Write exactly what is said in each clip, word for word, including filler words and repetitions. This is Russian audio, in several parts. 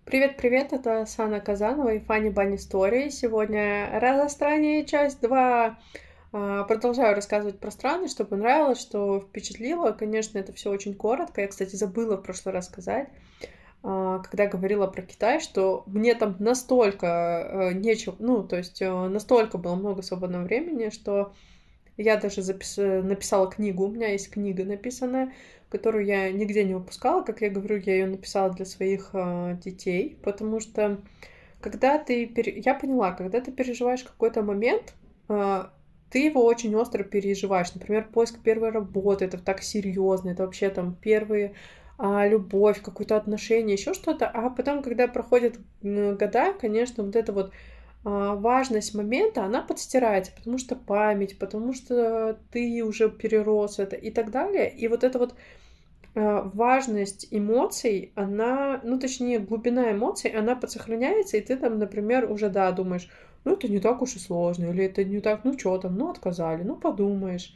Привет-привет, это Сана Казанова и Фанни Bunny Story. Сегодня разострание, часть два. А, Продолжаю рассказывать про страны, что понравилось, что впечатлило. Конечно, это все очень коротко. Я, кстати, забыла в прошлый раз сказать, а, когда говорила про Китай, что мне там настолько э, нечего, ну, то есть э, настолько было много свободного времени, что я даже запис... написала книгу, у меня есть книга написанная, которую я нигде не выпускала. Как я говорю, я ее написала для своих э, детей, потому что когда ты... пере- Я поняла, когда ты переживаешь какой-то момент, э, ты его очень остро переживаешь. Например, поиск первой работы, это так серьезно, это вообще там первые а, любовь, какое-то отношение, еще что-то. А потом, когда проходят м, года, конечно, вот это вот а, важность момента, она подстирается, потому что память, потому что ты уже перерос это и так далее. И вот эта вот а, важность эмоций, она, ну, точнее, глубина эмоций, она подсохраняется, и ты там, например, уже, да, думаешь, ну, это не так уж и сложно, или это не так, ну, что там, ну, отказали, ну, подумаешь.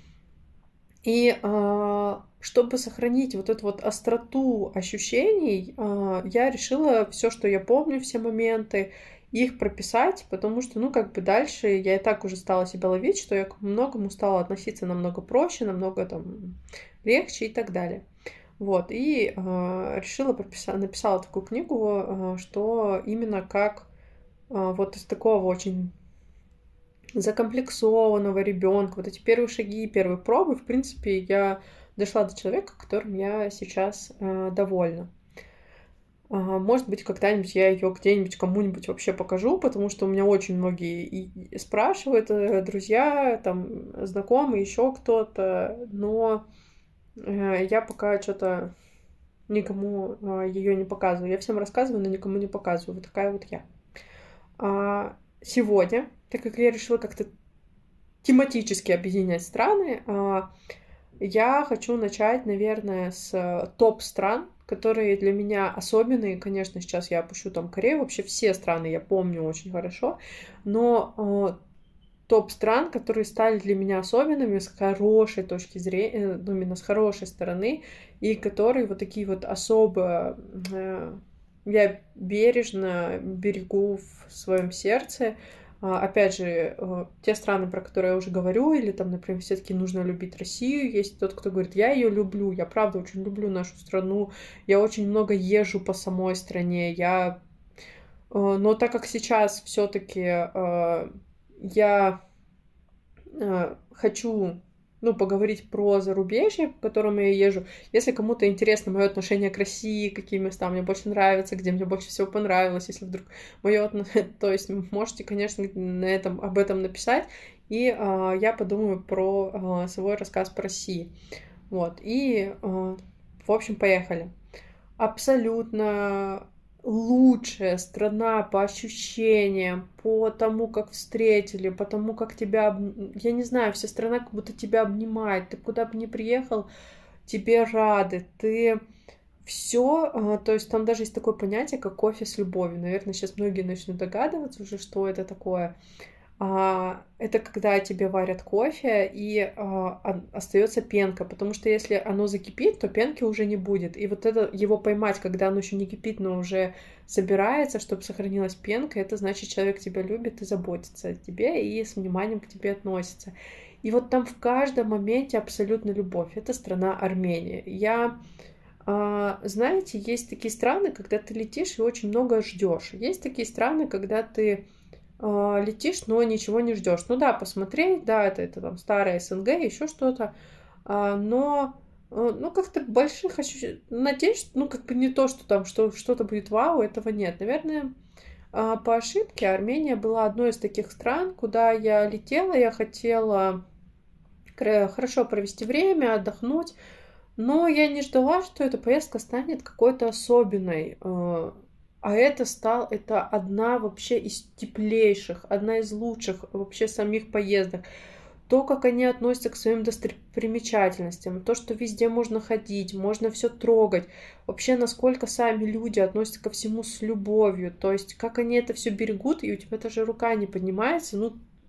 И а, чтобы сохранить вот эту вот остроту ощущений, а, я решила все, что я помню, все моменты, их прописать, потому что, ну, как бы дальше я и так уже стала себя ловить, что я к многому стала относиться намного проще, намного там легче и так далее. Вот, и а, решила прописать, написала такую книгу, а, что именно как а, вот из такого очень закомплексованного ребенка, вот эти первые шаги, первые пробы, в принципе, я дошла до человека, которым я сейчас э, довольна. А, Может быть, когда-нибудь я ее где-нибудь кому-нибудь вообще покажу, потому что у меня очень многие и- и спрашивают, э, друзья, там, знакомые, еще кто-то, но э, я пока что-то никому ее не показываю. Я всем рассказываю, но никому не показываю. Вот такая вот я. А сегодня, так как я решила как-то тематически объединять страны, а, я хочу начать, наверное, с э, топ стран, которые для меня особенные. Конечно, сейчас я опущу там Корею, вообще все страны я помню очень хорошо, но э, топ стран, которые стали для меня особенными с хорошей точки зрения, ну, именно с хорошей стороны, и которые вот такие вот особо э, я бережно берегу в своем сердце. А, Опять же, э, те страны, про которые я уже говорю, или там, например, все-таки нужно любить Россию. Есть тот, кто говорит, я ее люблю, я правда очень люблю нашу страну, я очень много езжу по самой стране, я э, но так как сейчас все-таки я э, хочу, ну, поговорить про зарубежье, по которому я езжу. Если кому-то интересно мое отношение к России, какие места мне больше нравятся, где мне больше всего понравилось, если вдруг мое отношение, то есть можете, конечно, на этом, об этом написать, и э, я подумаю про э, свой рассказ по России. Вот, и, э, в общем, поехали. Абсолютно лучшая страна по ощущениям, по тому, как встретили, по тому, как тебя... об- Я не знаю, вся страна как будто тебя обнимает. Ты куда бы ни приехал, тебе рады. Ты все, то есть там даже есть такое понятие, как кофе с любовью. Наверное, сейчас многие начнут догадываться уже, что это такое. А, это когда тебе варят кофе и а, а- остается пенка, потому что если оно закипит, то пенки уже не будет. И вот это его поймать, когда оно еще не кипит, но уже собирается, чтобы сохранилась пенка, это значит, человек тебя любит и заботится о тебе и с вниманием к тебе относится. И вот там в каждом моменте абсолютно любовь. Это страна Армения. Я а, знаете, есть такие страны, когда ты летишь и очень много ждешь. Есть такие страны, когда ты а, летишь, но ничего не ждешь. Ну да, посмотреть, да, это, это там старая СНГ, еще что-то, а, но э, ну как-то больших ощущений, надеюсь, ну как бы не то, что там что, что-то будет вау, этого нет. Наверное, а, по ошибке Армения была одной из таких стран, куда я летела, я хотела кра- хорошо провести время, отдохнуть, но я не ждала, что эта поездка станет какой-то особенной. э, А это стал, это одна вообще из теплейших, одна из лучших вообще самих поездок. То, как они относятся к своим достопримечательностям, то, что везде можно ходить, можно все трогать, вообще насколько сами люди относятся ко всему с любовью, то есть как они это все берегут, и у тебя даже рука не поднимается, ну,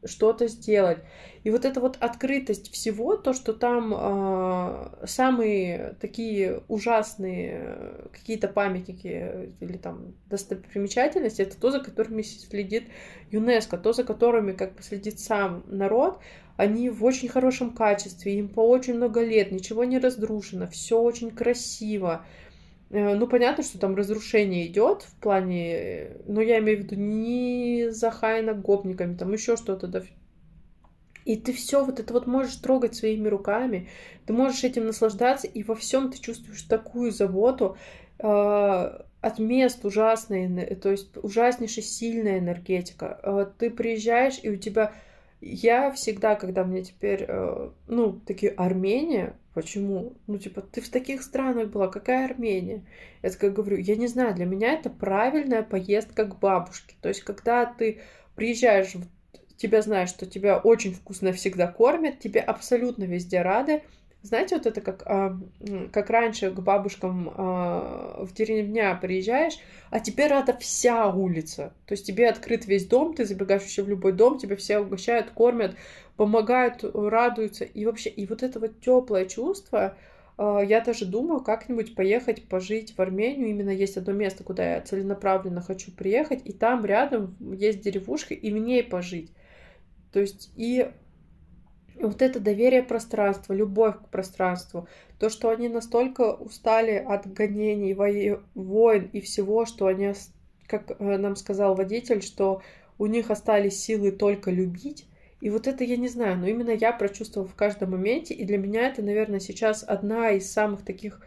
что-то сделать. И вот эта вот открытость всего, то, что там э, самые такие ужасные какие-то памятники или там достопримечательности, это то, за которыми следит ЮНЕСКО, то, за которыми как бы следит сам народ. Они в очень хорошем качестве, им по очень много лет, ничего не разрушено, все очень красиво. Ну, понятно, что там разрушение идет в плане, но я имею в виду не захаяно гопниками, там еще что-то. Да. И ты все вот это вот можешь трогать своими руками, ты можешь этим наслаждаться, и во всем ты чувствуешь такую заботу э, от мест ужасной, то есть ужаснейшая сильная энергетика. Э, ты приезжаешь, и у тебя... Я всегда, когда мне теперь, э, ну, такие, Армения, почему? Ну, типа, ты в таких странах была, какая Армения? Я такая говорю, я не знаю, для меня это правильная поездка к бабушке. То есть, когда ты приезжаешь, тебя знают, что тебя очень вкусно всегда кормят, тебе абсолютно везде рады. Знаете, вот это как, а, как раньше к бабушкам а, в деревня приезжаешь, а тебе рада вся улица. То есть тебе открыт весь дом, ты забегаешь еще в любой дом, тебя все угощают, кормят, помогают, радуются. И вообще, и вот это вот теплое чувство, а, я даже думаю как-нибудь поехать пожить в Армению. Именно есть одно место, куда я целенаправленно хочу приехать, и там рядом есть деревушка, и в ней пожить. То есть и вот это доверие пространству, любовь к пространству, то, что они настолько устали от гонений, войн и всего, что они, как нам сказал водитель, что у них остались силы только любить. И вот это я не знаю, но именно я прочувствовала в каждом моменте, и для меня это, наверное, сейчас одна из самых таких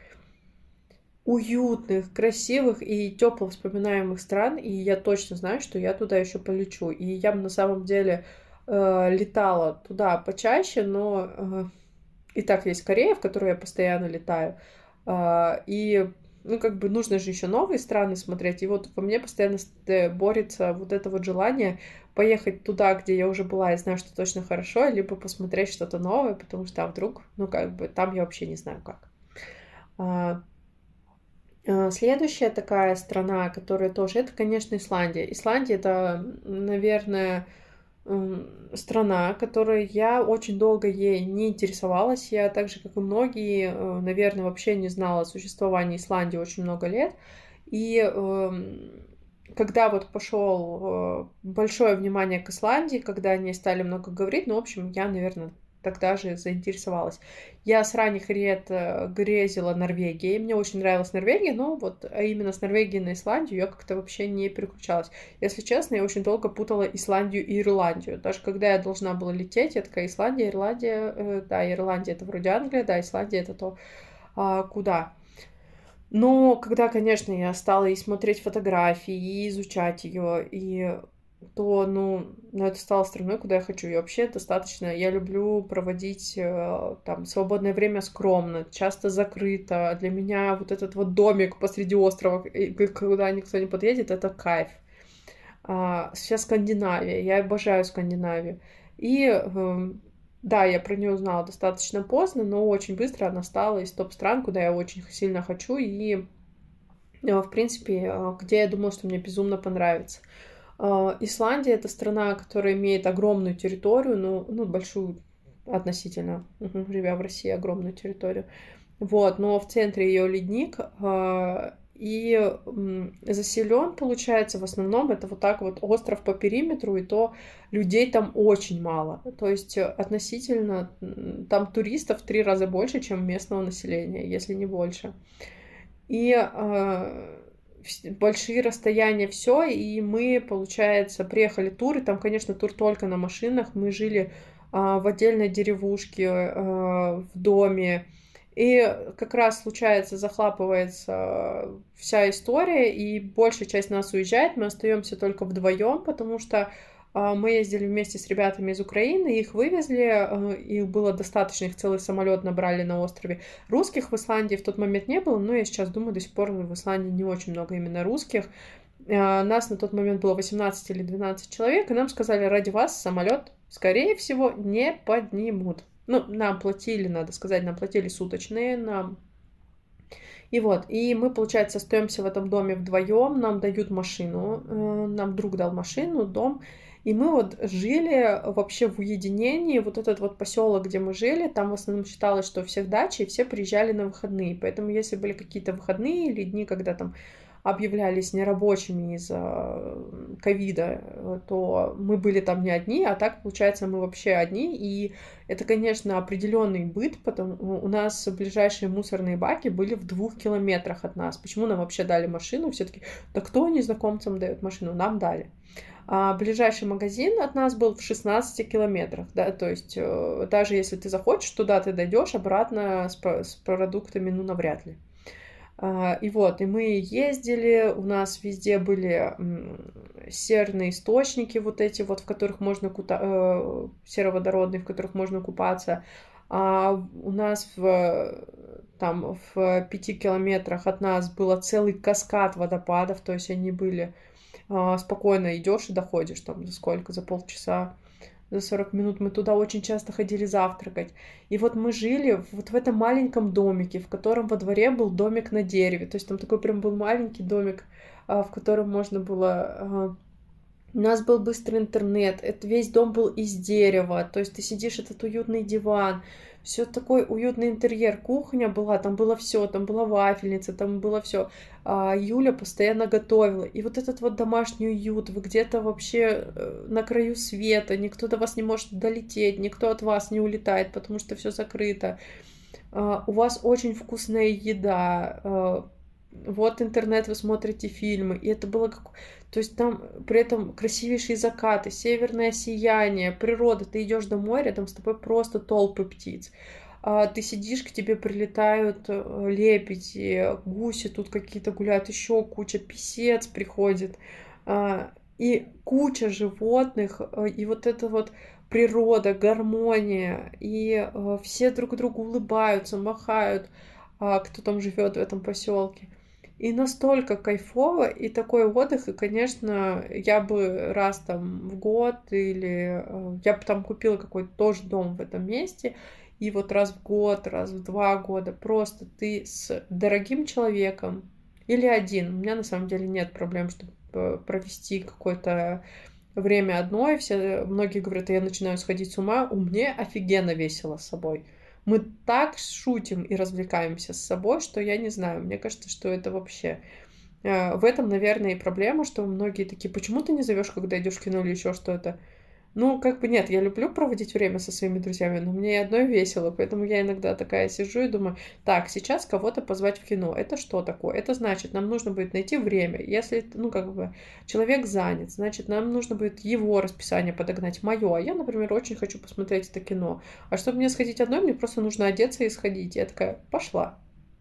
уютных, красивых и тепло вспоминаемых стран, и я точно знаю, что я туда еще полечу. И я бы на самом деле э, летала туда почаще, но э, и так есть Корея, в которую я постоянно летаю. Э, и ну, как бы нужно же еще новые страны смотреть. И вот во мне постоянно борется вот это вот желание поехать туда, где я уже была и знаю, что точно хорошо, либо посмотреть что-то новое, потому что а вдруг, ну, как бы, там я вообще не знаю как. Следующая такая страна, которая тоже, это, конечно, Исландия. Исландия — это, наверное, страна, которой я очень долго ей не интересовалась. Я так же, как и многие, наверное, вообще не знала о существовании Исландии очень много лет. И когда вот пошел большое внимание к Исландии, когда они стали много говорить, ну, в общем, я, наверное, тогда же заинтересовалась. Я с ранних лет грезила Норвегией. Мне очень нравилась Норвегия, но вот именно с Норвегии на Исландию я как-то вообще не переключалась. Если честно, я очень долго путала Исландию и Ирландию. Даже когда я должна была лететь, я такая, Исландия, Ирландия, э, да, Ирландия — это вроде Англия, да, Исландия — это то, а, куда. Но когда, конечно, я стала и смотреть фотографии, и изучать ее, и то, ну, ну, это стало страной, куда я хочу. И вообще достаточно, я люблю проводить э, там свободное время скромно, часто закрыто. Для меня вот этот вот домик посреди острова, куда никто не подъедет, это кайф. А, сейчас Скандинавия, я обожаю Скандинавию. И э, да, я про нее узнала достаточно поздно, но очень быстро она стала из топ-стран, куда я очень сильно хочу, и, в принципе, где я думала, что мне безумно понравится. Исландия — это страна, которая имеет огромную территорию, ну, ну большую относительно, угу, живя в России, огромную территорию. Вот, но в центре ее ледник, и заселен, получается, в основном это вот так вот остров по периметру, и то людей там очень мало. То есть относительно там туристов в три раза больше, чем местного населения, если не больше. И э, большие расстояния, все, и мы, получается, приехали тур, и там, конечно, тур только на машинах, мы жили э, в отдельной деревушке, э, в доме, и как раз случается, захлапывается вся история, и большая часть нас уезжает, мы остаемся только вдвоем, потому что мы ездили вместе с ребятами из Украины, их вывезли, их было достаточно, их целый самолет набрали на острове. Русских в Исландии в тот момент не было, но я сейчас думаю, до сих пор в Исландии не очень много именно русских. Нас на тот момент было восемнадцать или двенадцать человек, и нам сказали, ради вас самолет, скорее всего, не поднимут. Ну, нам платили, надо сказать, нам платили суточные, нам... И вот, и мы, получается, остаемся в этом доме вдвоем, нам дают машину, нам друг дал машину, дом, И мы вот жили вообще в уединении. Вот этот вот поселок, где мы жили, там в основном считалось, что у всех дачи, и все приезжали на выходные. Поэтому если были какие-то выходные или дни, когда там объявлялись нерабочими из-за ковида, то мы были там не одни, а так, получается, мы вообще одни. И это, конечно, определенный быт, потому у нас ближайшие мусорные баки были в двух километрах от нас. Почему нам вообще дали машину? Все-таки, да кто незнакомцам дает машину? Нам дали. А ближайший магазин от нас был в шестнадцати километрах, да, то есть э, даже если ты захочешь, туда ты дойдешь, обратно с, с продуктами, ну, навряд ли. А, и вот, и мы ездили, у нас везде были м, серные источники вот эти вот, в которых можно кута... э, сероводородные, в которых можно купаться. А у нас в, там, в пяти километрах от нас был целый каскад водопадов, то есть они были а, спокойно идешь и доходишь там за сколько, за полчаса, за сорок минут. Мы туда очень часто ходили завтракать. И вот мы жили вот в этом маленьком домике, в котором во дворе был домик на дереве. То есть там такой прям был маленький домик, а, в котором можно было... а, У нас был быстрый интернет, это весь дом был из дерева, то есть ты сидишь, этот уютный диван, все такой уютный интерьер, кухня была, там было все, там была вафельница, там было все. А Юля постоянно готовила, и вот этот вот домашний уют, вы где-то вообще э, на краю света, никто до вас не может долететь, никто от вас не улетает, потому что все закрыто. А, у вас очень вкусная еда, а, вот интернет, вы смотрите фильмы, и это было как... То есть там при этом красивейшие закаты, северное сияние, природа, ты идешь домой, рядом с тобой просто толпы птиц. А ты сидишь, к тебе прилетают э, лебеди, гуси тут какие-то гуляют, еще куча писец приходит, а, и куча животных, э, и вот это вот природа, гармония, и э, все друг другу улыбаются, махают, а, кто там живет в этом поселке. И настолько кайфово, и такой отдых, и, конечно, я бы раз там в год или э, я бы там купила какой-то тоже дом в этом месте, и вот раз в год, раз в два года просто ты с дорогим человеком или один. У меня на самом деле нет проблем, чтобы э, провести какое-то время одной. Все, многие говорят, я начинаю сходить с ума. У меня офигенно весело с собой. Мы так шутим и развлекаемся с собой, что я не знаю. Мне кажется, что это вообще... э, В этом, наверное, и проблема, что многие такие, почему ты не зовешь, когда идешь в кино или еще что-то? Ну, как бы нет, я люблю проводить время со своими друзьями, но мне и одной весело, поэтому я иногда такая сижу и думаю, так, сейчас кого-то позвать в кино, это что такое? Это значит, нам нужно будет найти время. Если, ну, как бы, человек занят, значит, нам нужно будет его расписание подогнать, мое. А я, например, очень хочу посмотреть это кино. А чтобы мне сходить одной, мне просто нужно одеться и сходить. Я такая, пошла.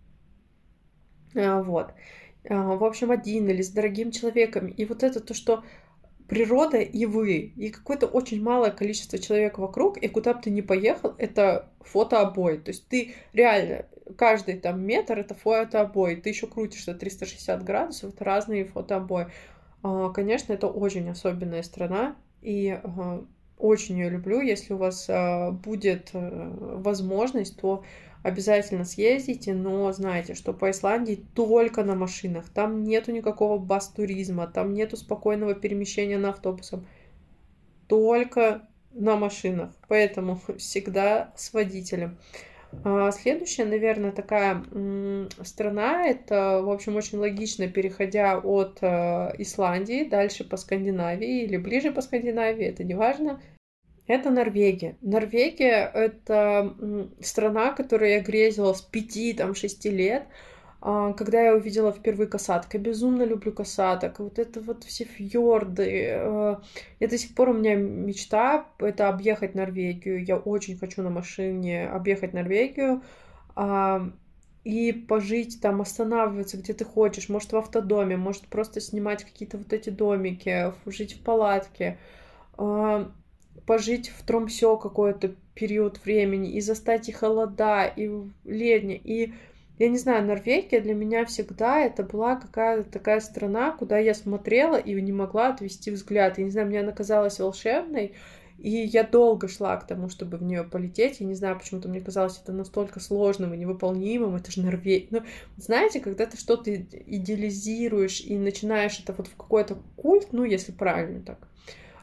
А, вот. А, в общем, один или с дорогим человеком. И вот это то, что природа и вы, и какое-то очень малое количество человек вокруг, и куда бы ты ни поехал, это фотообой. То есть ты реально, каждый там метр — это фотообой. Ты еще крутишься триста шестьдесят градусов, это разные фотообои. А, Конечно, это очень особенная страна, и а, очень ее люблю. Если у вас а, будет а, возможность, то обязательно съездите, но знайте, что по Исландии только на машинах. Там нету никакого бас-туризма, там нету спокойного перемещения на автобусах. Только на машинах. Поэтому всегда с водителем. А следующая, наверное, такая м, страна, это, в общем, очень логично, переходя от э, Исландии дальше по Скандинавии или ближе по Скандинавии, это не важно. Это Норвегия. Норвегия — это м, страна, которой я грезила с пяти, там, шести лет, а, когда я увидела впервые касаток. Я безумно люблю касаток. Вот это вот все фьорды. э, Я до сих пор, у меня мечта — это объехать Норвегию. Я очень хочу на машине объехать Норвегию а, и пожить там, останавливаться где ты хочешь. Может, в автодоме, может, просто снимать какие-то вот эти домики, в- жить в палатке. А, Пожить в Тромсе какой-то период времени и застать и холода, и летние. И, я не знаю, Норвегия для меня всегда это была какая-то такая страна, куда я смотрела и не могла отвести взгляд. Я не знаю, мне она казалась волшебной, и я долго шла к тому, чтобы в нее полететь. Я не знаю, почему-то мне казалось это настолько сложным и невыполнимым. Это же Норвегия. Ну, знаете, когда ты что-то идеализируешь и начинаешь это вот в какой-то культ, ну, если правильно так,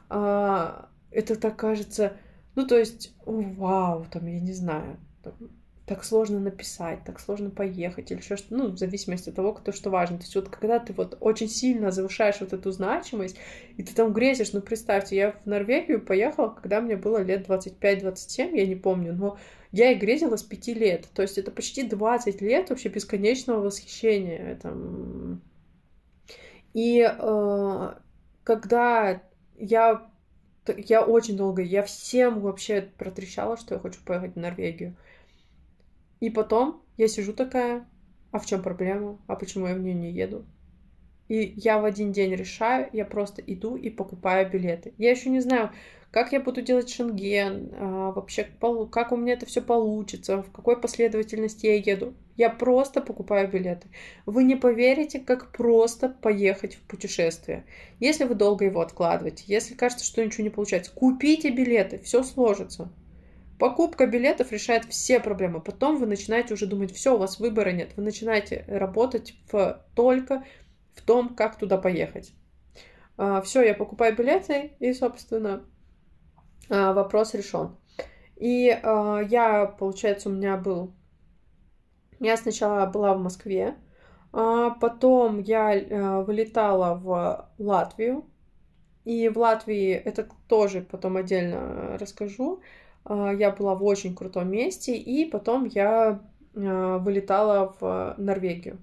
а, это так кажется, ну, то есть, вау, там, я не знаю, там, так сложно написать, так сложно поехать или еще что-то, ну, в зависимости от того, кто что важно. То есть вот когда ты вот очень сильно завышаешь вот эту значимость, и ты там грезишь, ну, представьте, я в Норвегию поехала, когда мне было лет двадцать пять двадцать семь, я не помню, но я и грезила с пяти лет. То есть это почти двадцать лет вообще бесконечного восхищения. Там... И э, когда я... Я очень долго, я всем вообще протрещала, что я хочу поехать в Норвегию. И потом я сижу такая, а в чем проблема? А почему я в нее не еду? И я в один день решаю, я просто иду и покупаю билеты. Я еще не знаю, как я буду делать шенген, а, вообще, как у меня это все получится, в какой последовательности я еду. Я просто покупаю билеты. Вы не поверите, как просто поехать в путешествие. Если вы долго его откладываете, если кажется, что ничего не получается, купите билеты, все сложится. Покупка билетов решает все проблемы. Потом вы начинаете уже думать, все, у вас выбора нет. Вы начинаете работать в, только в том, как туда поехать. А, все, я покупаю билеты, и, собственно, а, вопрос решен. И а, я, получается, у меня был... Я сначала была в Москве, а потом я а, вылетала в Латвию. И в Латвии, это тоже потом отдельно расскажу, я была в очень крутом месте, и потом я вылетала в Норвегию.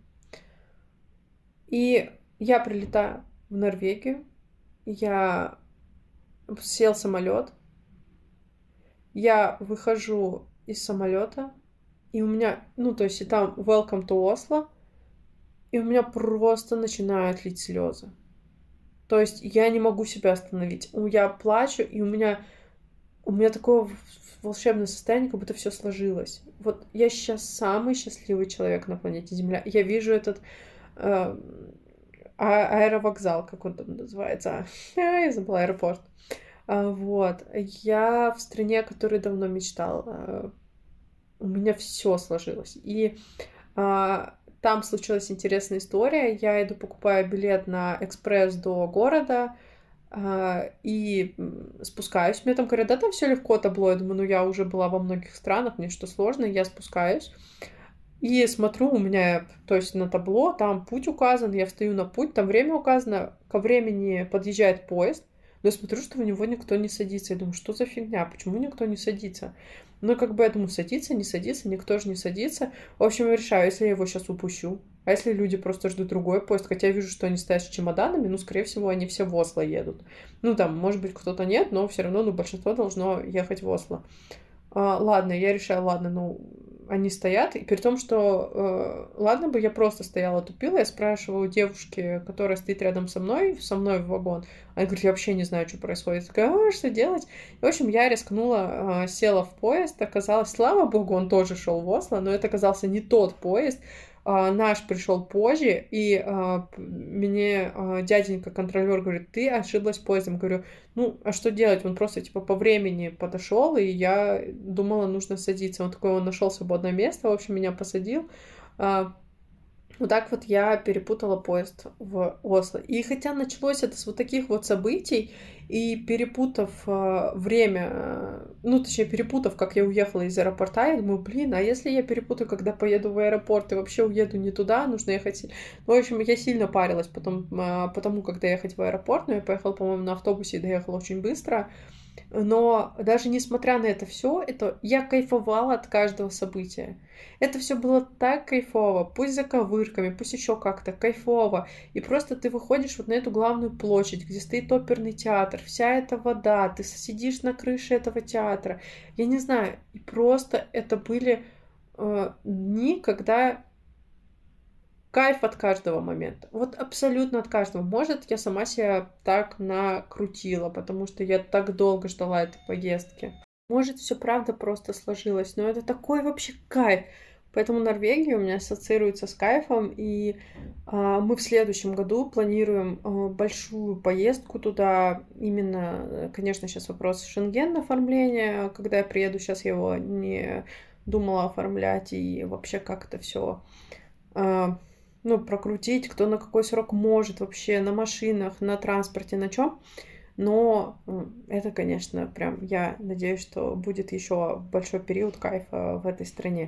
И я прилетаю в Норвегию, я сел в самолет, я выхожу из самолета, и у меня, ну, то есть и там welcome to Oslo, и у меня просто начинают лить слезы. То есть я не могу себя остановить. Я плачу, и у меня, у меня такое волшебное состояние, как будто все сложилось. Вот я сейчас самый счастливый человек на планете Земля. Я вижу этот э, аэровокзал, как он там называется. Я забыла, аэропорт. Вот. Я в стране, о которой давно мечтала. У меня все сложилось. И там случилась интересная история. Я иду, покупаю билет на экспресс до города и спускаюсь. Мне там говорят, да, там все легко, табло. Я думаю, ну я уже была во многих странах, мне что сложно. Я спускаюсь и смотрю, у меня, то есть на табло, там путь указан, я встаю на путь, там время указано, ко времени подъезжает поезд, но я смотрю, что в него никто не садится. Я думаю, что за фигня, почему никто не садится? Ну, как бы я думаю, садится, не садится, никто же не садится. В общем, я решаю, если я его сейчас упущу, а если люди просто ждут другой поезд, хотя я вижу, что они стоят с чемоданами, ну, скорее всего, они все в Осло едут. Ну, там, может быть, кто-то нет, но все равно, ну, большинство должно ехать в Осло. А, ладно, я решаю, ладно, ну, они стоят, и при том, что, э, ладно бы я просто стояла, тупила, я спрашиваю у девушки, которая стоит рядом со мной, со мной в вагон, она говорит, я вообще не знаю, что происходит. Я такая, а, что делать? И, в общем, я рискнула, э, села в поезд, оказалось, слава богу, он тоже шел в Осло, но это оказался не тот поезд, Uh, наш пришел позже, и uh, мне uh, дяденька-контролер говорит, ты ошиблась поездом. Говорю, ну, а что делать? Он просто, типа, по времени подошел, и я думала, нужно садиться. Он такой, он нашел свободное место, в общем, меня посадил. Uh, Вот так вот я перепутала поезд в Осло. И хотя началось это с вот таких вот событий, и перепутав э, время, э, ну, точнее, перепутав, как я уехала из аэропорта, я думаю, блин, а если я перепутаю, когда поеду в аэропорт, и вообще уеду не туда, нужно ехать... Ну, в общем, я сильно парилась потом, э, потому как доехать в аэропорт, но я поехала, по-моему, на автобусе и доехала очень быстро. Но даже несмотря на это все, это я кайфовала от каждого события. Это все было так кайфово, пусть за ковырками, пусть еще как-то кайфово. И просто ты выходишь вот на эту главную площадь, где стоит оперный театр, вся эта вода, ты сидишь на крыше этого театра. Я не знаю, и просто это были э, дни, когда кайф от каждого момента. Вот абсолютно от каждого. Может, я сама себя так накрутила, потому что я так долго ждала этой поездки. Может, все правда просто сложилось, но это такой вообще кайф. Поэтому Норвегия у меня ассоциируется с кайфом, и а, мы в следующем году планируем а, большую поездку туда. Именно, конечно, сейчас вопрос шенген оформления. Когда я приеду, сейчас я его не думала оформлять, и вообще как это все... А, ну, прокрутить, кто на какой срок может вообще, на машинах, на транспорте, на чем. Но это, конечно, прям я надеюсь, что будет еще большой период кайфа в этой стране.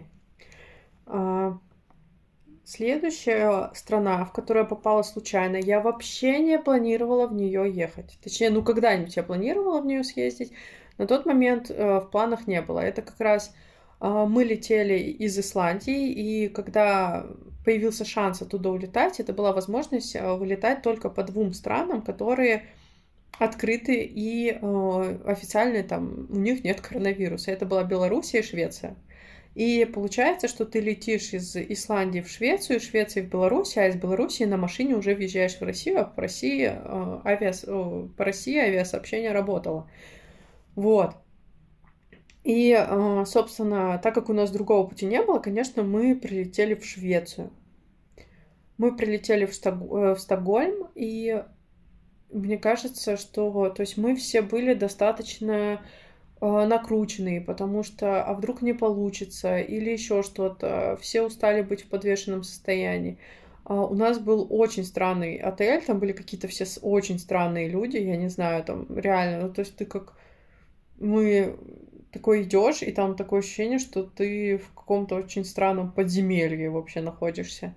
Следующая страна, в которую я попала случайно, я вообще не планировала в нее ехать. Точнее, ну когда-нибудь я планировала в нее съездить, на тот момент э, в планах не было. Это как раз э, мы летели из Исландии, и когда появился шанс оттуда улетать, это была возможность э, вылетать только по двум странам, которые открыты и э, официально там у них нет коронавируса. Это была Белоруссия и Швеция. И получается, что ты летишь из Исландии в Швецию, из Швеции в Беларусь, а из Беларуси на машине уже въезжаешь в Россию, а по России, э, авиас... э, по России авиасообщение работало. Вот. И, э, собственно, так как у нас другого пути не было, конечно, мы прилетели в Швецию. Мы прилетели в, Сток... в Стокгольм, и мне кажется, что, то есть мы все были достаточно накрученные, потому что а вдруг не получится или еще что-то. Все устали быть в подвешенном состоянии. У нас был очень странный отель, там были какие-то все очень странные люди, я не знаю, там реально, ну то есть ты как мы такой идешь, и там такое ощущение, что ты в каком-то очень странном подземелье вообще находишься.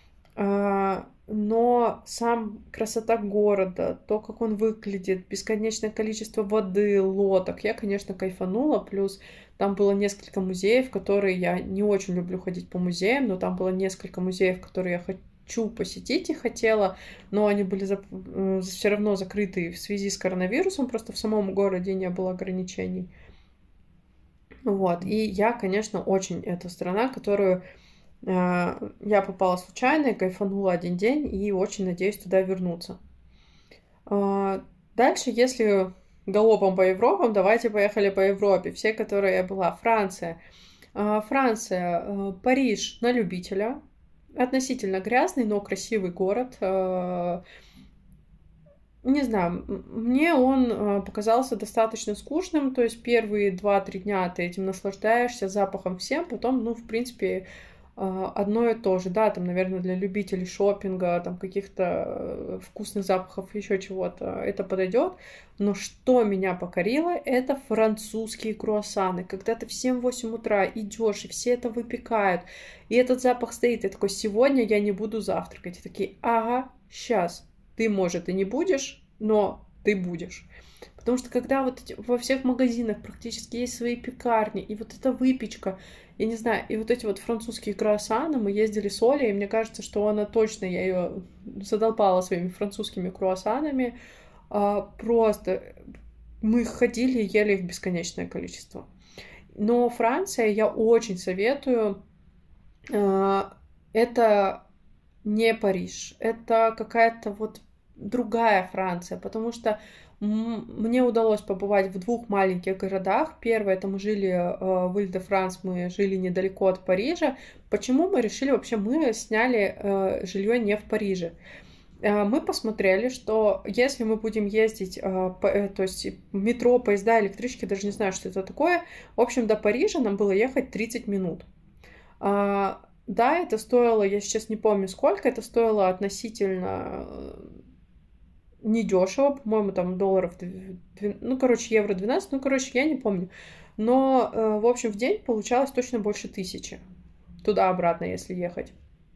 Но сам красота города, то, как он выглядит, бесконечное количество воды, лодок, я, конечно, кайфанула. Плюс там было несколько музеев, которые я не очень люблю ходить по музеям, но там было несколько музеев, которые я хочу посетить и хотела, но они были за... все равно закрыты в связи с коронавирусом, просто в самом городе не было ограничений. Вот, и я, конечно, очень... Это страна, которую я попала случайно и кайфанула один день, и очень надеюсь туда вернуться. Дальше, если галопом по Европам, давайте поехали по Европе. Все, которые я была. Франция. Франция, Париж на любителя. Относительно грязный, но красивый город. Не знаю, мне он показался достаточно скучным, то есть первые два-три дня ты этим наслаждаешься запахом всем, потом, ну, в принципе, одно и то же, да, там, наверное, для любителей шопинга, там, каких-то вкусных запахов, еще чего-то, это подойдет. Но что меня покорило, это французские круассаны. Когда ты в семь-восемь утра идешь, и все это выпекают, и этот запах стоит, и такой, сегодня я не буду завтракать. И такие, ага, сейчас. Ты, может, и не будешь, но ты будешь. Потому что когда вот эти, во всех магазинах практически есть свои пекарни, и вот эта выпечка, я не знаю, и вот эти вот французские круассаны, мы ездили с Олей, и мне кажется, что она точно, я ее задолбала своими французскими круассанами. А, просто мы ходили и ели их бесконечное количество. Но Франция, я очень советую. А, это не Париж, это какая-то вот другая Франция, потому что мне удалось побывать в двух маленьких городах. Первое, это мы жили в Иль-де-Франс, мы жили недалеко от Парижа. Почему мы решили вообще, мы сняли жилье не в Париже? Мы посмотрели, что если мы будем ездить, то есть метро, поезда, электрички, даже не знаю, что это такое, в общем, до Парижа нам было ехать тридцать минут. Да, это стоило, я сейчас не помню сколько, это стоило относительно недешево, по-моему, там долларов, ну, короче, евро двенадцать, ну, короче, я не помню. Но, в общем, в день получалось точно больше тысячи. Туда-обратно, если ехать.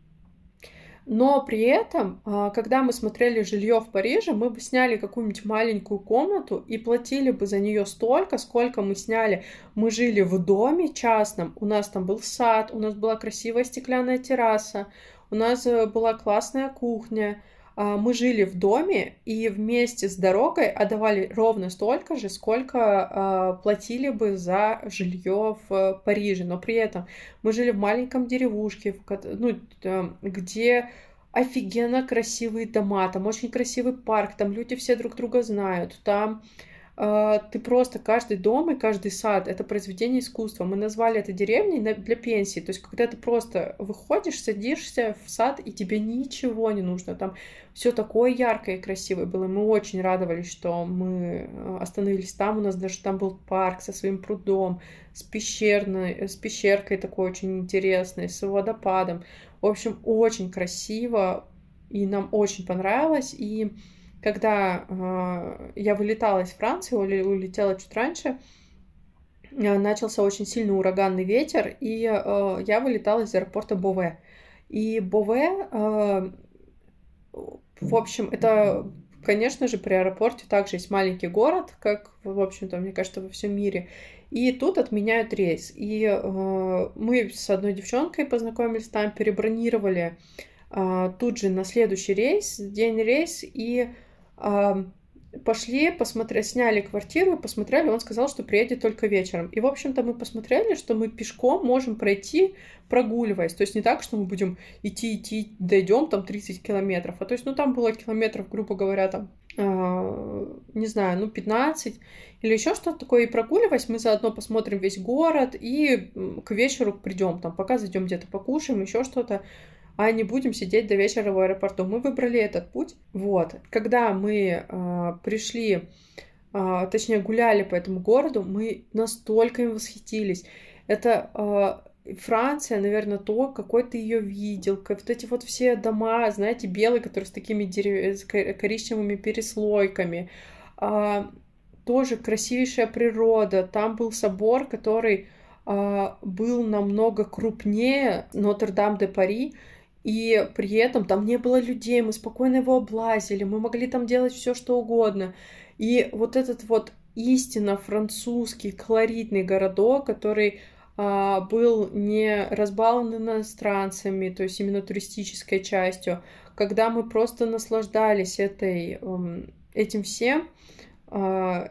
Но при этом, когда мы смотрели жилье в Париже, мы бы сняли какую-нибудь маленькую комнату и платили бы за нее столько, сколько мы сняли. Мы жили в доме частном, у нас там был сад, у нас была красивая стеклянная терраса, у нас была классная кухня. Мы жили в доме и вместе с дорогой отдавали ровно столько же, сколько платили бы за жилье в Париже. Но при этом мы жили в маленьком деревушке, ну, где офигенно красивые дома, там очень красивый парк, там люди все друг друга знают, там ты просто каждый дом и каждый сад — это произведение искусства. Мы назвали это деревней для пенсии. То есть, когда ты просто выходишь, садишься в сад, и тебе ничего не нужно. Там все такое яркое и красивое было. Мы очень радовались, что мы остановились там. У нас даже там был парк со своим прудом, с пещерной, с пещеркой такой очень интересной, с водопадом. В общем, очень красиво, и нам очень понравилось. И когда э, я вылетала из Франции, ули- улетела чуть раньше, э, начался очень сильный ураганный ветер, и э, я вылетала из аэропорта Бове. И Бове, э, в общем, это, конечно же, при аэропорте также есть маленький город, как, в общем-то, мне кажется, во всем мире. И тут отменяют рейс. И э, мы с одной девчонкой познакомились там, перебронировали э, тут же на следующий рейс, день рейс, и э, пошли, посмотрели, сняли квартиру, посмотрели, он сказал, что приедет только вечером. И, в общем-то, мы посмотрели, что мы пешком можем пройти, прогуливаясь. То есть не так, что мы будем идти, идти, дойдем там тридцать километров. А то есть, ну, там было километров, грубо говоря, там, э, не знаю, ну, пятнадцать или еще что-то такое. И прогуливаясь, мы заодно посмотрим весь город и к вечеру придем, там, пока зайдем где-то покушаем, еще что-то, а не будем сидеть до вечера в аэропорту. Мы выбрали этот путь. Вот. Когда мы э, пришли, э, точнее, гуляли по этому городу, мы настолько им восхитились. Это э, Франция, наверное, то, какой ты ее видел. Как вот эти вот все дома, знаете, белые, которые с такими дерев... с коричневыми переслойками. Э, тоже красивейшая природа. Там был собор, который э, был намного крупнее Нотр-Дам-де-Пари. И при этом там не было людей, мы спокойно его облазили, мы могли там делать все, что угодно. И вот этот вот истинно французский колоритный городок, который а, был не разбалован иностранцами, то есть именно туристической частью, когда мы просто наслаждались этой, эм, этим всем, а,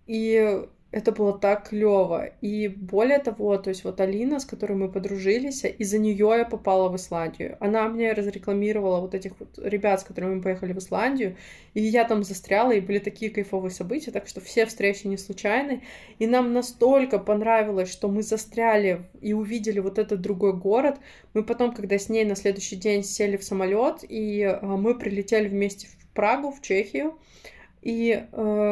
и это было так клево. И более того, то есть вот Алина, с которой мы подружились, из-за нее я попала в Исландию. Она мне разрекламировала вот этих вот ребят, с которыми мы поехали в Исландию, и я там застряла, и были такие кайфовые события, так что все встречи не случайны. И нам настолько понравилось, что мы застряли и увидели вот этот другой город. Мы потом, когда с ней на следующий день сели в самолет, и мы прилетели вместе в Прагу, в Чехию. И, э,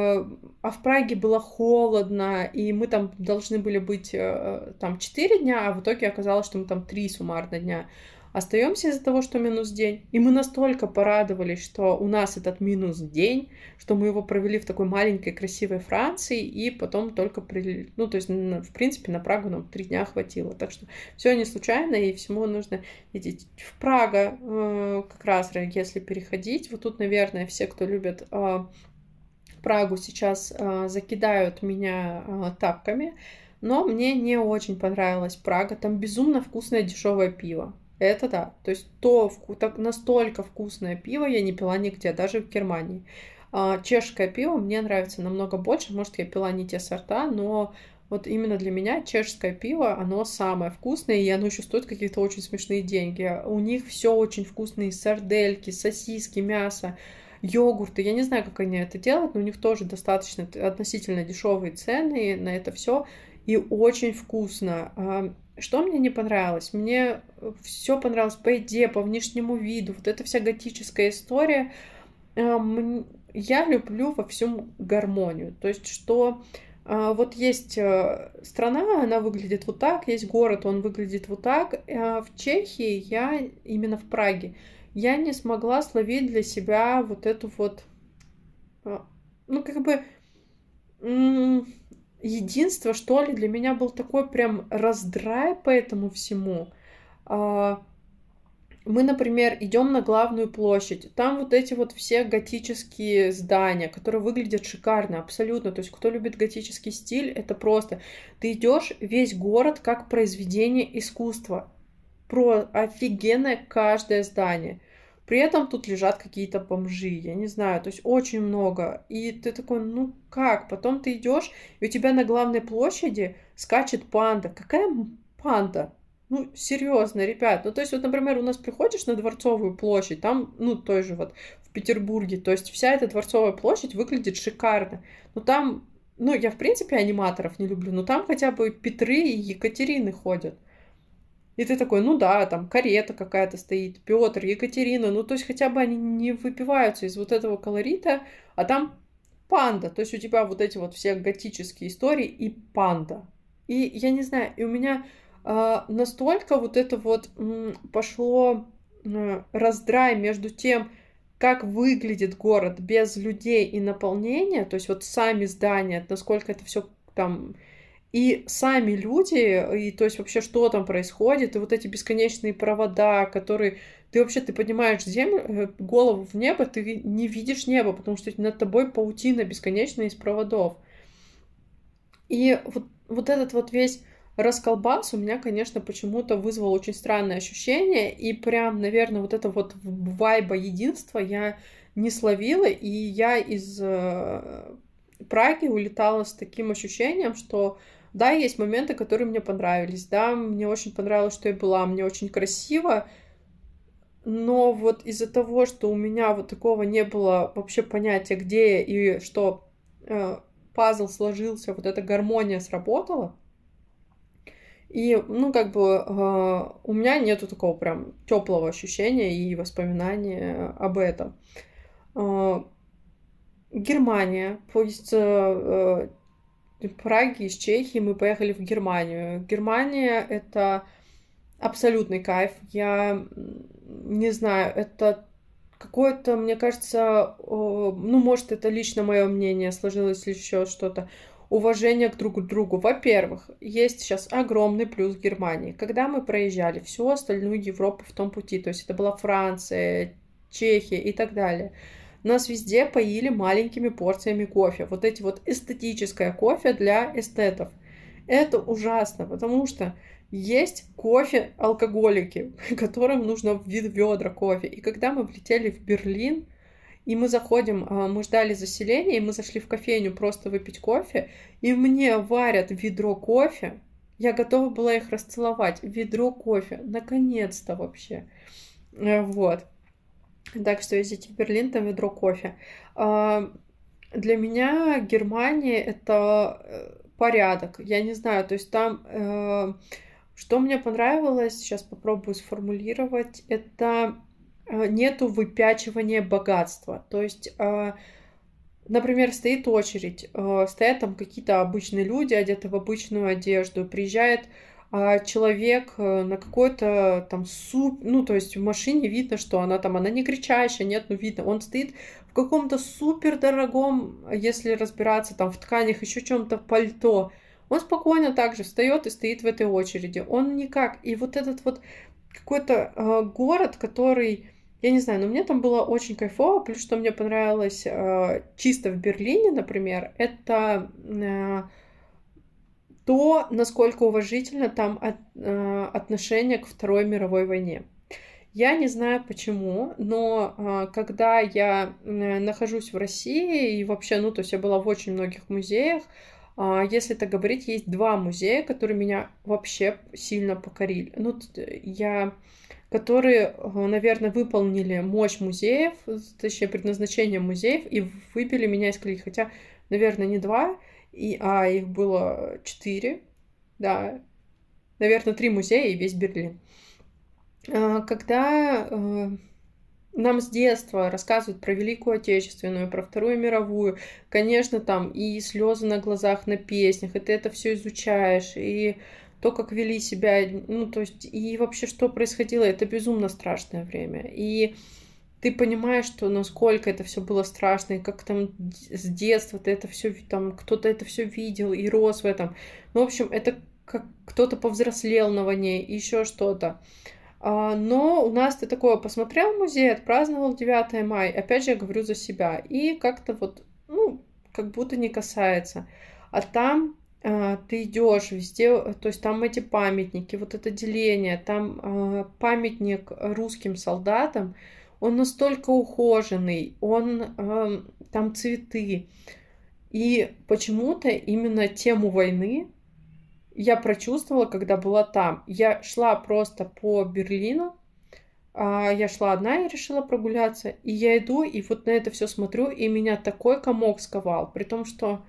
а в Праге было холодно, и мы там должны были быть э, там четыре дня, а в итоге оказалось, что мы там три суммарно дня остаемся из-за того, что минус день. И мы настолько порадовались, что у нас этот минус день, что мы его провели в такой маленькой красивой Франции, и потом только при... ну, то есть, в принципе, на Прагу нам три дня хватило. Так что все не случайно, и всему нужно идти. В Прага э, как раз, если переходить, вот тут, наверное, все, кто любит э, Прагу, сейчас э, закидают меня э, тапками, но мне не очень понравилась Прага. Там безумно вкусное дешевое пиво. Это да. То есть то так, настолько вкусное пиво я не пила нигде, даже в Германии. А, чешское пиво мне нравится намного больше. Может, я пила не те сорта, но вот именно для меня чешское пиво, оно самое вкусное, и оно еще стоит какие-то очень смешные деньги. У них все очень вкусные: сардельки, сосиски, мясо, йогурты. Я не знаю, как они это делают, но у них тоже достаточно относительно дешевые цены на это все, и очень вкусно. Что мне не понравилось? Мне все понравилось по еде, по внешнему виду, вот эта вся готическая история. Я люблю во всем гармонию, то есть что вот есть страна, она выглядит вот так, есть город, он выглядит вот так. В Чехии я, именно в Праге, я не смогла словить для себя вот эту вот, ну, как бы, единство, что ли. Для меня был такой прям раздрай по этому всему. Мы, например, идем на главную площадь, там вот эти вот все готические здания, которые выглядят шикарно, абсолютно. То есть, кто любит готический стиль, это просто... Ты идешь, весь город как произведение искусства. Про офигенное каждое здание. При этом тут лежат какие-то бомжи, я не знаю, то есть очень много. И ты такой, ну как? Потом ты идешь, и у тебя на главной площади скачет панда. Какая панда? Ну, серьезно, ребят. Ну, то есть, вот, например, у нас приходишь на Дворцовую площадь, там, ну, той же вот в Петербурге, то есть вся эта Дворцовая площадь выглядит шикарно. Но там, ну, я, в принципе, аниматоров не люблю, но там хотя бы Петры и Екатерины ходят. И ты такой, ну да, там карета какая-то стоит, Петр, Екатерина, ну то есть хотя бы они не выпиваются из вот этого колорита, а там панда, то есть у тебя вот эти вот все готические истории и панда. И я не знаю, и у меня э, настолько вот это вот м, пошло э, раздрай между тем, как выглядит город без людей и наполнения, то есть вот сами здания, насколько это все там, и сами люди, и то есть вообще что там происходит, и вот эти бесконечные провода, которые ты вообще, ты поднимаешь землю, голову в небо, ты не видишь небо, потому что над тобой паутина бесконечная из проводов. И вот, вот этот вот весь расколбас у меня, конечно, почему-то вызвал очень странное ощущение, и прям, наверное, вот это вот вайба единства я не словила, и я из э, Праги улетала с таким ощущением, что да, есть моменты, которые мне понравились, да, мне очень понравилось, что я была, мне очень красиво, но вот из-за того, что у меня вот такого не было вообще понятия, где я и что э, пазл сложился, вот эта гармония сработала, и, ну, как бы э, у меня нету такого прям теплого ощущения и воспоминания об этом. Э, Германия, то есть э, э, Праги из Чехии мы поехали в Германию. Германия — это абсолютный кайф. Я не знаю, это какое-то, мне кажется, ну, может, это лично мое мнение сложилось или еще что-то, уважение к друг другу. Во-первых, есть сейчас огромный плюс Германии. Когда мы проезжали всю остальную Европу в том пути, то есть это была Франция, Чехия и так далее, нас везде поили маленькими порциями кофе. Вот эти вот эстетическое кофе для эстетов. Это ужасно, потому что есть кофе-алкоголики, которым нужно в ведра кофе. И когда мы влетели в Берлин, и мы заходим, мы ждали заселения, и мы зашли в кофейню просто выпить кофе, и мне варят ведро кофе, я готова была их расцеловать. Ведро кофе, наконец-то вообще. Вот. Так что ездите в Берлин, там ведро кофе. Для меня Германия — это порядок. Я не знаю, то есть там... Что мне понравилось, сейчас попробую сформулировать, это нету выпячивания богатства. То есть, например, стоит очередь, стоят там какие-то обычные люди, одеты в обычную одежду, приезжает человек на какой-то там суп, ну, то есть в машине видно, что она там, она не кричащая, нет, ну, видно, он стоит в каком-то супер дорогом, если разбираться там в тканях, еще чем-то пальто. Он спокойно также встает и стоит в этой очереди. Он никак. И вот этот вот какой-то э, город, который, я не знаю, но мне там было очень кайфово. Плюс, что мне понравилось э, чисто в Берлине, например, это э, то, насколько уважительно там от, э, отношение к Второй мировой войне. Я не знаю почему, но э, когда я э, нахожусь в России и вообще, ну, то есть я была в очень многих музеях, если так говорить, есть два музея, которые меня вообще сильно покорили. Ну, я, которые, наверное, выполнили мощь музеев, точнее, предназначение музеев, и выбили меня из колеи. Хотя, наверное, не два, и, а их было четыре, да, наверное, три музея и весь Берлин. Когда нам с детства рассказывают про Великую Отечественную, про Вторую мировую. Конечно, там и слезы на глазах на песнях, и ты это все изучаешь, и то, как вели себя, ну, то есть, и вообще, что происходило, это безумно страшное время. И ты понимаешь, что насколько это все было страшно, и как там с детства ты это все, там, кто-то это все видел и рос в этом. Ну, в общем, это как кто-то повзрослел на войне, и еще что-то. Но у нас ты такое посмотрел музей, отпраздновал девятое мая, опять же, я говорю за себя, и как-то вот, ну, как будто не касается. А там а, ты идешь везде, то есть там эти памятники, вот это деление, там а, памятник русским солдатам, он настолько ухоженный, он, а, там цветы. И почему-то именно тему войны я прочувствовала, когда была там. Я шла просто по Берлину, я шла одна и решила прогуляться, и я иду, и вот на это все смотрю, и меня такой комок сковал, при том, что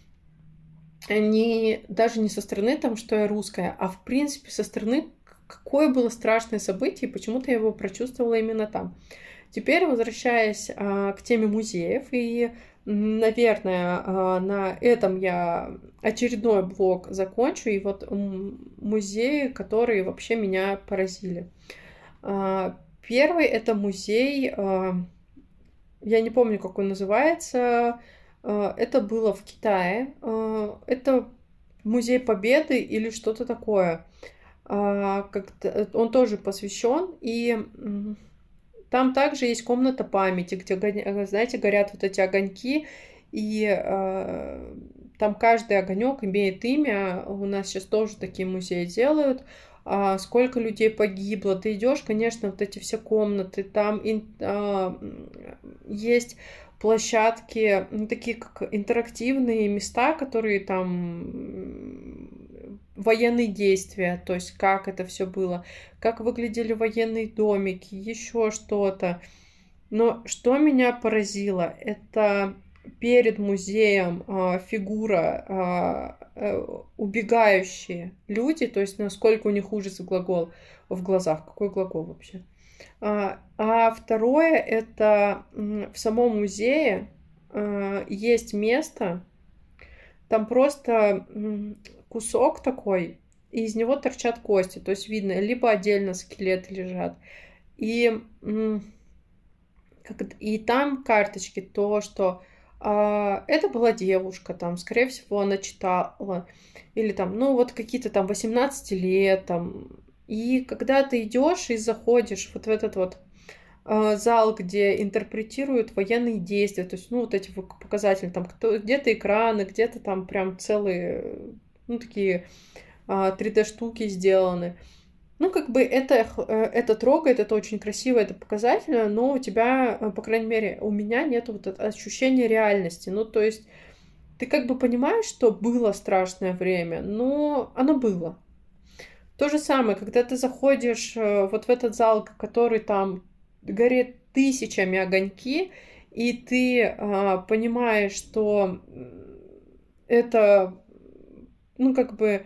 не, даже не со стороны там, что я русская, а в принципе со стороны, какое было страшное событие, и почему-то я его прочувствовала именно там. Теперь, возвращаясь а, к теме музеев, и, наверное, а, на этом я очередной блог закончу, и вот музеи, которые вообще меня поразили. А, первый — это музей а, я не помню, как он называется. Э, Это было в Китае. Э, Это музей Победы или что-то такое. А, как-то, э, он тоже посвящен, и м, там также есть комната памяти, где, гоня- э, знаете, горят вот эти огоньки, и э, там каждый огонек имеет имя. У нас сейчас тоже такие музеи делают. А, сколько людей погибло. Ты идешь, конечно, вот эти все комнаты, там ин- а, м, есть площадки, ну, такие как интерактивные места, которые там м, военные действия, то есть как это все было, как выглядели военные домики, еще что-то. Но что меня поразило, это перед музеем а, фигура а, э, убегающие люди, то есть насколько у них ужас в глагол в глазах, какой глагол вообще. А, а второе это м, в самом музее а, есть место, там просто м, кусок такой, и из него торчат кости, то есть видно, либо отдельно скелеты лежат. И м, как это- и там карточки, то, что а, это была девушка, там, скорее всего, она читала, или там, ну, вот какие-то там восемнадцать лет, там, и когда ты идешь и заходишь вот в этот вот а, зал, где интерпретируют военные действия, то есть, ну, вот эти вот показатели, там, кто- где-то экраны, где-то там прям целые, ну, такие а, три дэ-штуки сделаны. Ну, как бы это, х- э, это трогает, это очень красиво, это показательно, но у тебя, э, по крайней мере, у меня нет вот этого ощущения реальности. Ну, то есть ты как бы понимаешь, что было страшное время, но оно было. То же самое, когда ты заходишь э, вот в этот зал, который там горит тысячами огоньки, и ты а, понимаешь, что м, это, ну, как бы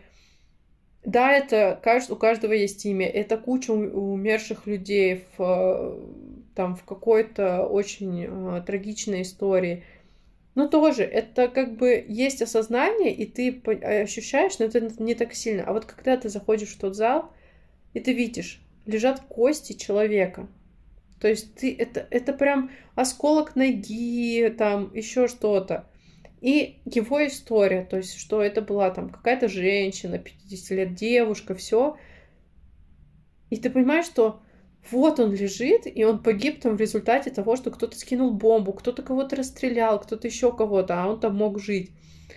да, это кажд- у каждого есть имя. Это куча у- умерших людей в, э, там, в какой-то очень э, трагичной истории. Но тоже это как бы есть осознание, и ты по- ощущаешь, но это не так сильно. А вот когда ты заходишь в тот зал, и ты видишь, лежат кости человека. То есть ты это, это прям осколок ноги, там еще что-то. И его история, то есть, что это была там какая-то женщина, пятьдесят лет, девушка, все. И ты понимаешь, что вот он лежит, и он погиб там в результате того, что кто-то скинул бомбу, кто-то кого-то расстрелял, кто-то еще кого-то, а он там мог жить.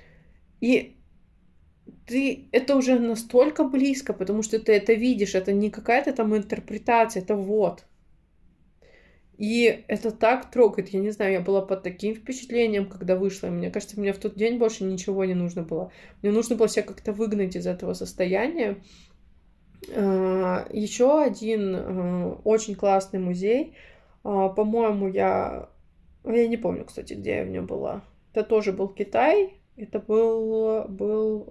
И ты это уже настолько близко, потому что ты это видишь, это не какая-то там интерпретация, это вот. И это так трогает. Я не знаю, я была под таким впечатлением, когда вышла. И мне кажется, мне в тот день больше ничего не нужно было. Мне нужно было себя как-то выгнать из этого состояния. А, Еще один а, очень классный музей. А, По-моему, я... Я не помню, кстати, где я в нем была. Это тоже был Китай. Это был... был...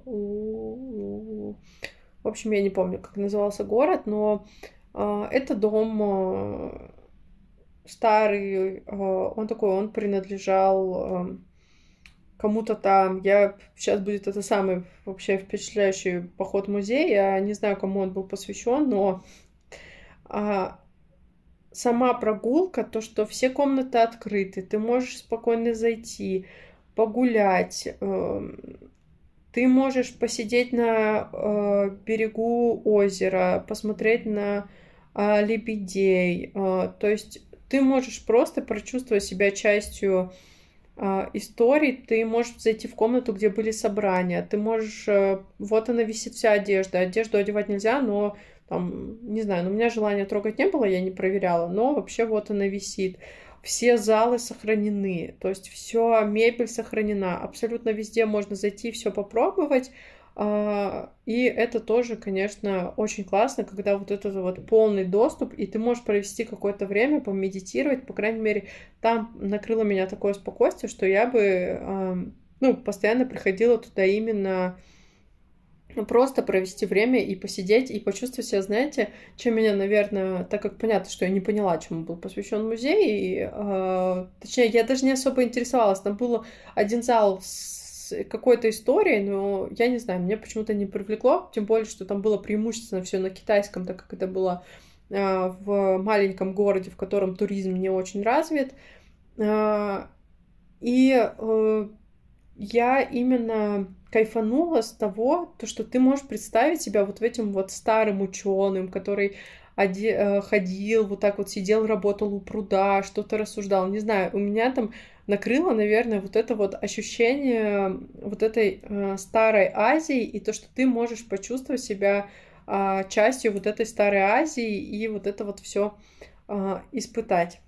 у- В общем, я не помню, как назывался город, но а, это дом а, старый, а, он такой, он принадлежал а, кому-то там. Я сейчас будет это самый вообще впечатляющий поход в музей. Я не знаю, кому он был посвящен, но а, сама прогулка, то, что все комнаты открыты, ты можешь спокойно зайти, погулять, эм, ты можешь посидеть на э, берегу озера, посмотреть на а, лебедей. э, то есть ты можешь просто прочувствовать себя частью а, историй. Ты можешь зайти в комнату, где были собрания. Ты можешь... э, вот она висит вся одежда. Одежду одевать нельзя, но там, не знаю, но у меня желания трогать не было, я не проверяла, но вообще вот она висит. Все залы сохранены, то есть все, мебель сохранена, абсолютно везде можно зайти, все попробовать. А, И это тоже, конечно, очень классно, когда вот этот вот полный доступ, и ты можешь провести какое-то время, помедитировать, по крайней мере, там накрыло меня такое спокойствие, что я бы, ам, ну, постоянно приходила туда именно ну, просто провести время и посидеть, и почувствовать себя, знаете, чем меня, наверное, так как понятно, что я не поняла, чему был посвящен музей, и, э, точнее, я даже не особо интересовалась. Там был один зал с какой-то историей, но я не знаю, меня почему-то не привлекло, тем более, что там было преимущественно все на китайском, так как это было э, в маленьком городе, в котором туризм не очень развит. А, И э, я именно кайфанула с того, то, что ты можешь представить себя вот в этим вот старым ученым, который оде- э, ходил, вот так вот сидел, работал у пруда, что-то рассуждал. Не знаю, у меня там накрыло, наверное, вот это вот ощущение вот этой э, старой Азии и то, что ты можешь почувствовать себя а, частью вот этой старой Азии и вот это вот все испытать.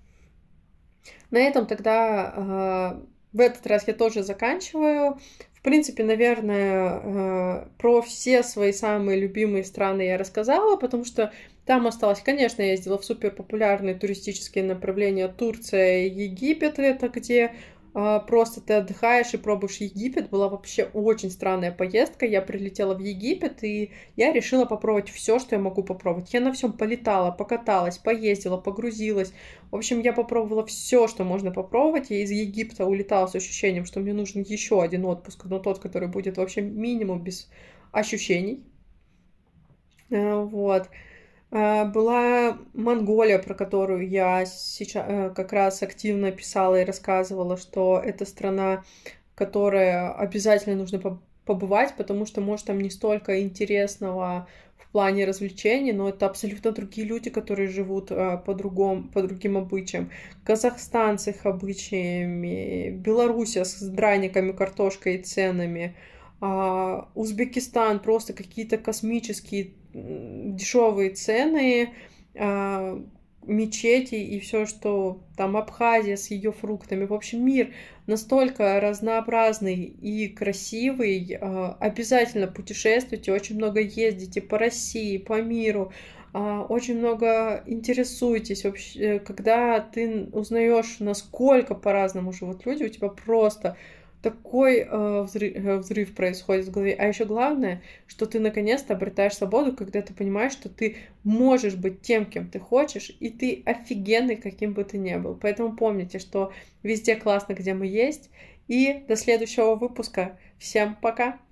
На этом тогда а, в этот раз я тоже заканчиваю. В принципе, наверное, а, про все свои самые любимые страны я рассказала, потому что там осталось, конечно, я ездила в супер популярные туристические направления Турция и Египет, это где а, просто ты отдыхаешь и пробуешь Египет. Была вообще очень странная поездка. Я прилетела в Египет, и я решила попробовать все, что я могу попробовать. Я на всем полетала, покаталась, поездила, погрузилась. В общем, я попробовала все, что можно попробовать. Я из Египта улетала с ощущением, что мне нужен еще один отпуск, но тот, который будет вообще минимум без ощущений. Э, Вот. А, Была Монголия, про которую я сейчас как раз активно писала и рассказывала, что это страна, которая обязательно нужно по- побывать, потому что, может, там не столько интересного в плане развлечений, но это абсолютно другие люди, которые живут а, по другому, по другим обычаям. Казахстан с их обычаями, Белоруссия с драниками, картошкой и ценами, а, Узбекистан просто какие-то космические дешевые цены, а, мечети и все, что там Абхазия с ее фруктами. В общем, мир настолько разнообразный и красивый. а, Обязательно путешествуйте, очень много ездите по России, по миру. а, Очень много интересуйтесь вообще, когда ты узнаешь, насколько по-разному живут люди, у тебя просто такой э, взрыв, э, взрыв происходит в голове. А еще главное, что ты наконец-то обретаешь свободу, когда ты понимаешь, что ты можешь быть тем, кем ты хочешь, и ты офигенный, каким бы ты ни был. Поэтому помните, что везде классно, где мы есть. И до следующего выпуска. Всем пока!